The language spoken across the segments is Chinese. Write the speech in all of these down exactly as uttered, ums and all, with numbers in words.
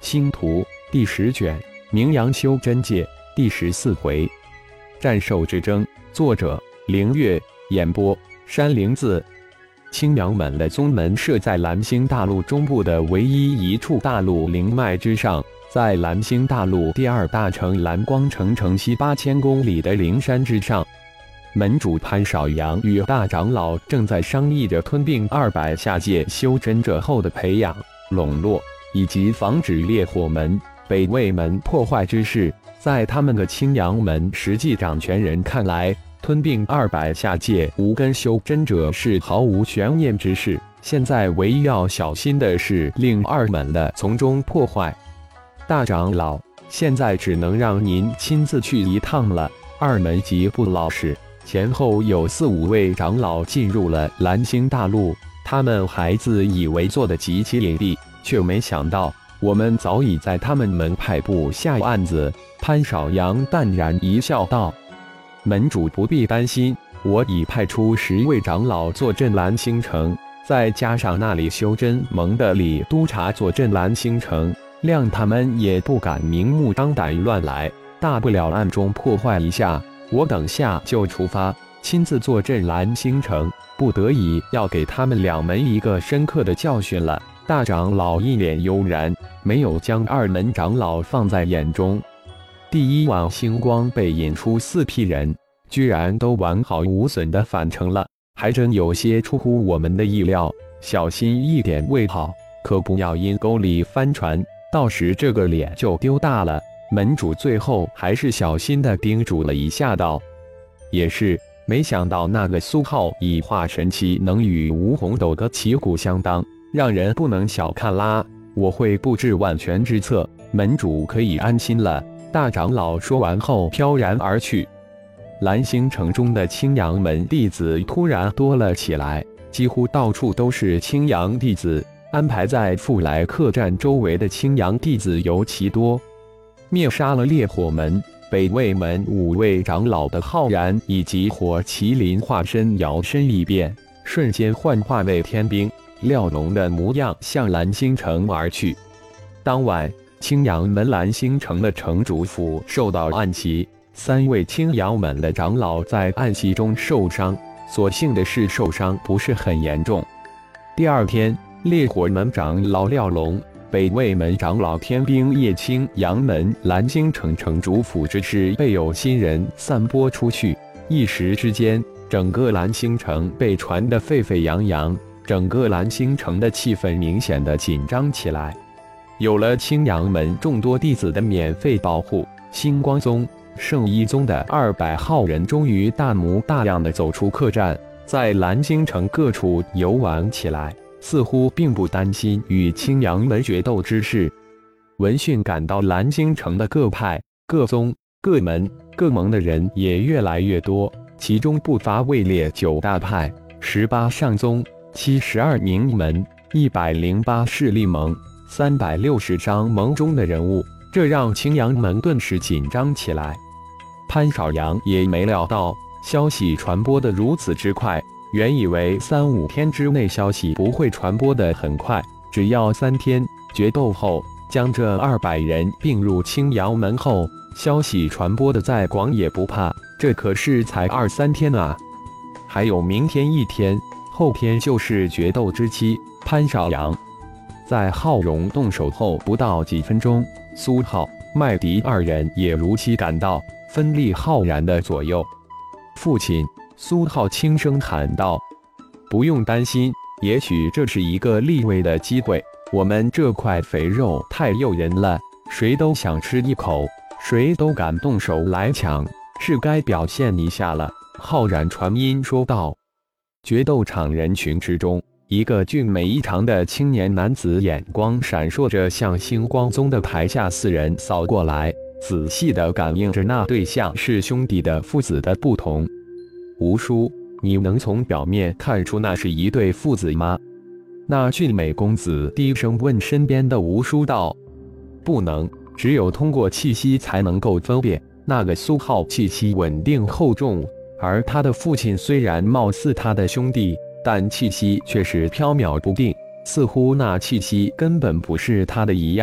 星图第十卷，名扬修真界第十四回，战兽之争。作者：凌月，演播：山灵子。青阳门的宗门设在蓝星大陆中部的唯一一处大陆灵脉之上，在蓝星大陆第二大城蓝光城城西八千公里的灵山之上。门主潘少阳与大长老正在商议着吞并二百下界修真者后的培养、笼络以及防止烈火门、北魏门破坏之事。在他们的青阳门实际掌权人看来，吞并二百下界无根修真者是毫无悬念之事，现在唯一要小心的是令二门的从中破坏。大长老，现在只能让您亲自去一趟了。二门极不老实，前后有四五位长老进入了蓝星大陆，他们还自以为做得极其隐蔽，却没想到我们早已在他们门派布下案子。潘少阳淡然一笑道：门主不必担心，我已派出十位长老坐镇蓝星城，再加上那里修真盟的李督察坐镇蓝星城，谅他们也不敢明目张胆乱来，大不了暗中破坏一下，我等下就出发，亲自坐镇蓝星城，不得已要给他们两门一个深刻的教训了。大长老一脸悠然，没有将二门长老放在眼中。第一晚星光被引出四批人，居然都完好无损地返程了，还真有些出乎我们的意料，小心一点为好，可不要因沟里翻船，到时这个脸就丢大了。门主最后还是小心地叮嘱了一下道：也是，没想到那个苏浩以化神期能与吴红斗的旗鼓相当，让人不能小看啦。我会布置万全之策，门主可以安心了。大长老说完后飘然而去。蓝星城中的青阳门弟子突然多了起来，几乎到处都是青阳弟子，安排在富来客栈周围的青阳弟子尤其多。灭杀了烈火门、北魏门五位长老的浩然以及火麒麟化身摇身一变，瞬间幻化为天兵，廖龙的模样向蓝星城而去。当晚，青阳门蓝星城的城主府受到暗袭，三位青阳门的长老在暗袭中受伤，所幸的是受伤不是很严重。第二天，烈火门长老廖龙、北魏门长老天兵叶青阳门蓝星城城主府之事被有心人散播出去，一时之间，整个蓝星城被传得沸沸扬扬，整个蓝星城的气氛明显的紧张起来。有了青阳门众多弟子的免费保护，星光宗、圣一宗的二百号人终于大模大样的走出客栈，在蓝星城各处游玩起来，似乎并不担心与青阳门决斗之事。闻讯赶到蓝星城的各派、各宗、各门、各盟的人也越来越多，其中不乏位列九大派、十八上宗、七十二名门、一百零八势力盟、三百六十张盟中的人物，这让青阳门顿时紧张起来。潘少阳也没料到消息传播得如此之快，原以为三五天之内消息不会传播得很快，只要三天决斗后将这二百人并入青阳门后，消息传播的再广也不怕，这可是才二三天啊！还有明天一天，后天就是决斗之期。潘少阳在浩荣动手后不到几分钟，苏浩、麦迪二人也如期赶到，分立浩然的左右。父亲，苏浩轻声喊道：不用担心，也许这是一个立位的机会，我们这块肥肉太诱人了，谁都想吃一口，谁都敢动手来抢，是该表现一下了。浩然传音说道。决斗场人群之中，一个俊美异常的青年男子眼光闪烁着，向星光宗的台下四人扫过来，仔细地感应着那对像是兄弟的父子的不同。吴叔，你能从表面看出那是一对父子吗？那俊美公子低声问身边的吴叔道。不能，只有通过气息才能够分辨。那个苏浩气息稳定厚重，而他的父亲虽然貌似他的兄弟，但气息却是飘渺不定，似乎那气息根本不是他的一样。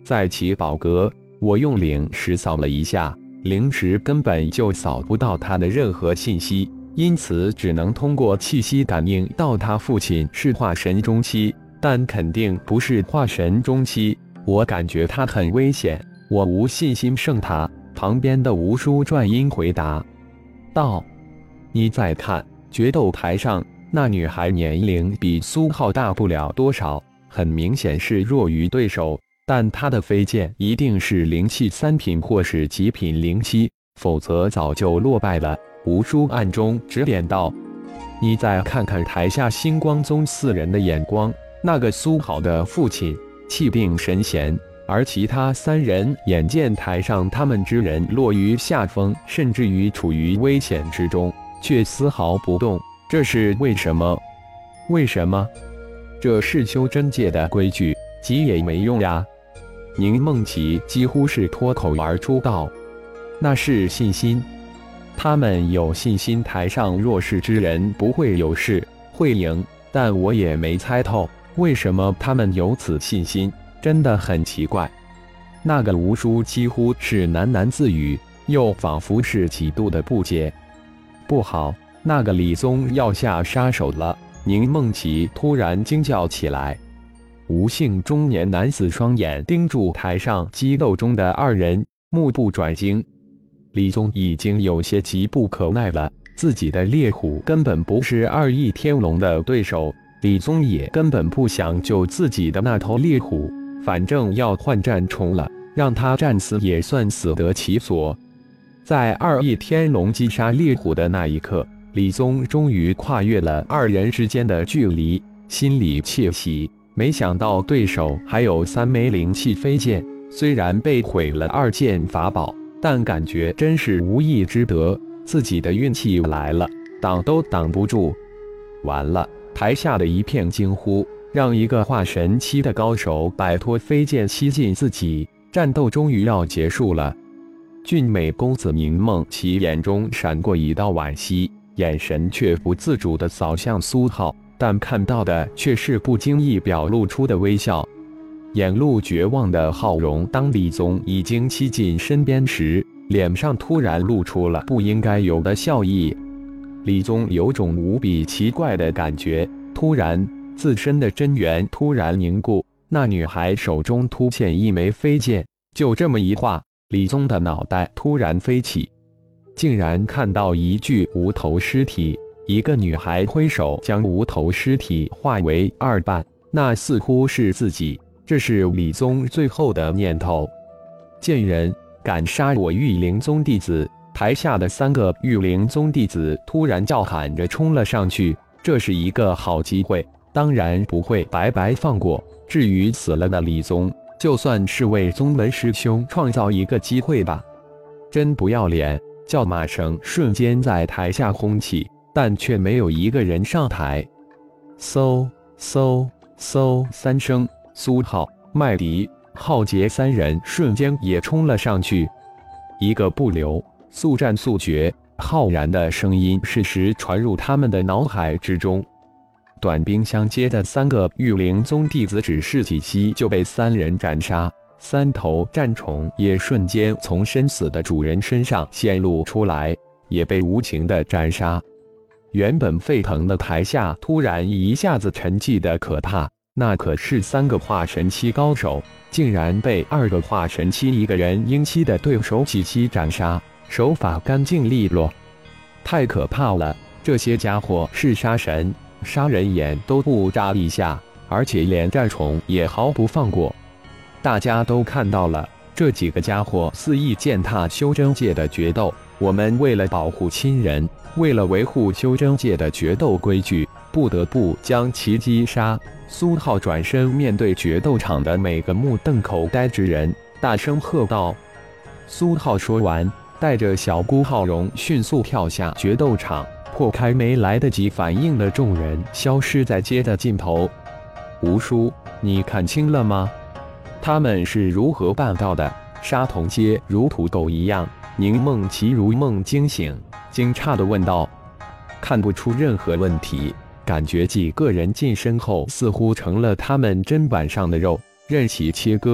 在其宝阁，我用灵石扫了一下，灵石根本就扫不到他的任何信息，因此只能通过气息感应到他父亲是化神中期，但肯定不是化神中期。我感觉他很危险，我无信心胜他。旁边的吴叔转音回答道：“你再看决斗台上那女孩，年龄比苏浩大不了多少，很明显是弱于对手。但她的飞剑一定是灵气三品或是极品灵气，否则早就落败了。”吴叔暗中指点道：“你再看看台下星光宗四人的眼光，那个苏浩的父亲气定神闲。”而其他三人眼见台上他们之人落于下风，甚至于处于危险之中，却丝毫不动，这是为什么？为什么？这是修真界的规矩，急也没用呀！宁梦琪几乎是脱口而出道：“那是信心，他们有信心台上弱势之人不会有事，会赢。但我也没猜透，为什么他们有此信心。真的很奇怪。”那个吴叔几乎是喃喃自语，又仿佛是极度的不解。不好，那个李宗要下杀手了！宁梦琪突然惊叫起来。吴姓中年男子双眼盯住台上激斗中的二人，目不转睛。李宗已经有些急不可耐了，自己的猎虎根本不是二翼天龙的对手，李宗也根本不想救自己的那头猎虎。反正要换战虫了，让他战死也算死得其所。在二翼天龙击杀猎虎的那一刻，李宗终于跨越了二人之间的距离，心里窃喜。没想到对手还有三枚灵气飞剑，虽然被毁了二件法宝，但感觉真是无意之得，自己的运气来了，挡都挡不住。完了！台下的一片惊呼。让一个化神期的高手摆脱飞剑吸进自己，战斗终于要结束了。俊美公子宁梦琪眼中闪过一道惋惜，眼神却不自主地扫向苏浩，但看到的却是不经意表露出的微笑。眼露绝望的浩荣，当李宗已经骑近身边时，脸上突然露出了不应该有的笑意。李宗有种无比奇怪的感觉，突然自身的真元突然凝固，那女孩手中突现一枚飞剑，就这么一画，李宗的脑袋突然飞起，竟然看到一具无头尸体。一个女孩挥手将无头尸体化为二半，那似乎是自己。这是李宗最后的念头。贱人，敢杀我玉灵宗弟子！台下的三个玉灵宗弟子突然叫喊着冲了上去，这是一个好机会。当然不会白白放过。至于死了的李宗，就算是为宗门师兄创造一个机会吧。真不要脸！叫骂声瞬间在台下轰起，但却没有一个人上台。嗖嗖嗖三声，苏浩、麦迪、浩杰三人瞬间也冲了上去。一个不留，速战速决！浩然的声音适时传入他们的脑海之中。短兵相接的三个玉灵宗弟子只是几息就被三人斩杀，三头战虫也瞬间从身死的主人身上显露出来，也被无情的斩杀。原本沸腾的台下突然一下子沉寂的可怕，那可是三个化神期高手，竟然被二个化神期一个人英期的对手几息斩杀，手法干净利落，太可怕了！这些家伙是杀神。杀人眼都不眨一下，而且连战虫也毫不放过。大家都看到了，这几个家伙肆意践踏修真界的决斗。我们为了保护亲人，为了维护修真界的决斗规矩，不得不将其击杀。苏浩转身面对决斗场的每个目瞪口呆之人，大声喝道。苏浩说完，带着小姑浩荣迅速跳下决斗场，破开没来得及反应的众人，消失在街的尽头。吴叔，你看清了吗？他们是如何办到的？杀同街如土狗一样。宁梦琪如梦惊醒，惊诧地问道。看不出任何问题，感觉几个人近身后似乎成了他们砧板上的肉，任其切割。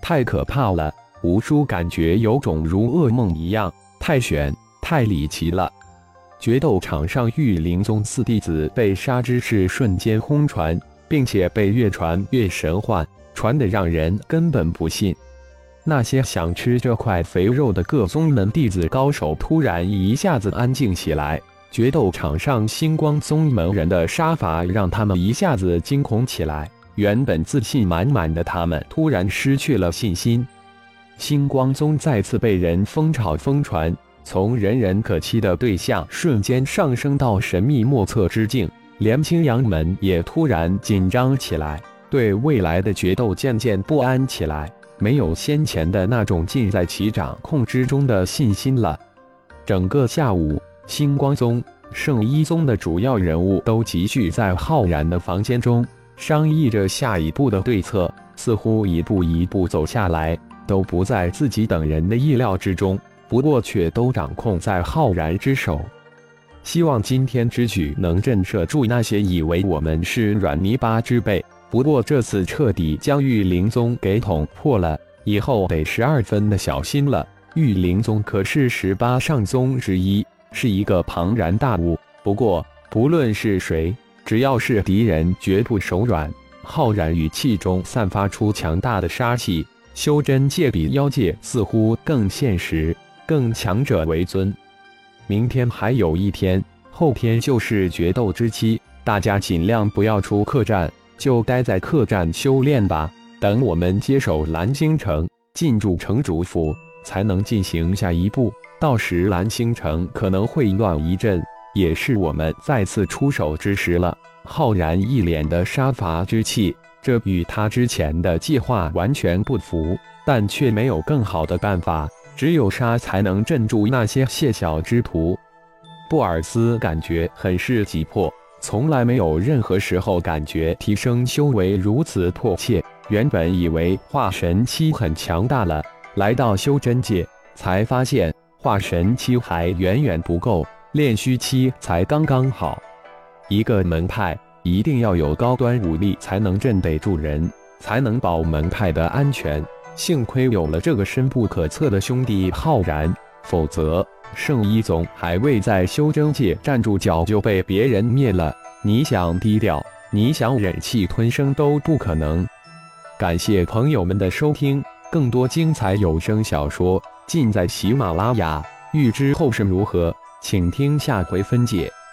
太可怕了，吴叔感觉有种如噩梦一样，太悬，太离奇了。决斗场上玉灵宗四弟子被杀之事瞬间轰传，并且被越传越神幻，传得让人根本不信。那些想吃这块肥肉的各宗门弟子高手突然一下子安静起来，决斗场上星光宗门人的杀伐让他们一下子惊恐起来，原本自信满满的他们突然失去了信心。星光宗再次被人疯炒疯传，从人人可欺的对象瞬间上升到神秘莫测之境，连青阳门也突然紧张起来，对未来的决斗渐渐不安起来，没有先前的那种尽在其掌控之中的信心了。整个下午，星光宗、圣一宗的主要人物都集聚在浩然的房间中，商议着下一步的对策，似乎一步一步走下来，都不在自己等人的意料之中，不过却都掌控在浩然之手。希望今天之举能震慑住那些以为我们是软泥巴之辈，不过这次彻底将玉灵宗给捅破了，以后得十二分的小心了。玉灵宗可是十八上宗之一，是一个庞然大物，不过不论是谁，只要是敌人绝不手软。浩然语气中散发出强大的杀气，修真界比妖界似乎更现实，更强者为尊。明天还有一天，后天就是决斗之期，大家尽量不要出客栈，就待在客栈修炼吧。等我们接手蓝星城，进驻城主府，才能进行下一步。到时蓝星城可能会乱一阵，也是我们再次出手之时了。浩然一脸的杀伐之气，这与他之前的计划完全不符，但却没有更好的办法，只有杀才能镇住那些谢小之徒。布尔斯感觉很是急迫，从来没有任何时候感觉提升修为如此迫切。原本以为化神期很强大了，来到修真界才发现化神期还远远不够，炼虚期才刚刚好。一个门派一定要有高端武力才能镇得住人，才能保门派的安全。幸亏有了这个深不可测的兄弟浩然，否则圣一宗还未在修真界站住脚就被别人灭了。你想低调，你想忍气吞声都不可能。感谢朋友们的收听，更多精彩有声小说尽在喜马拉雅。欲知后事如何，请听下回分解。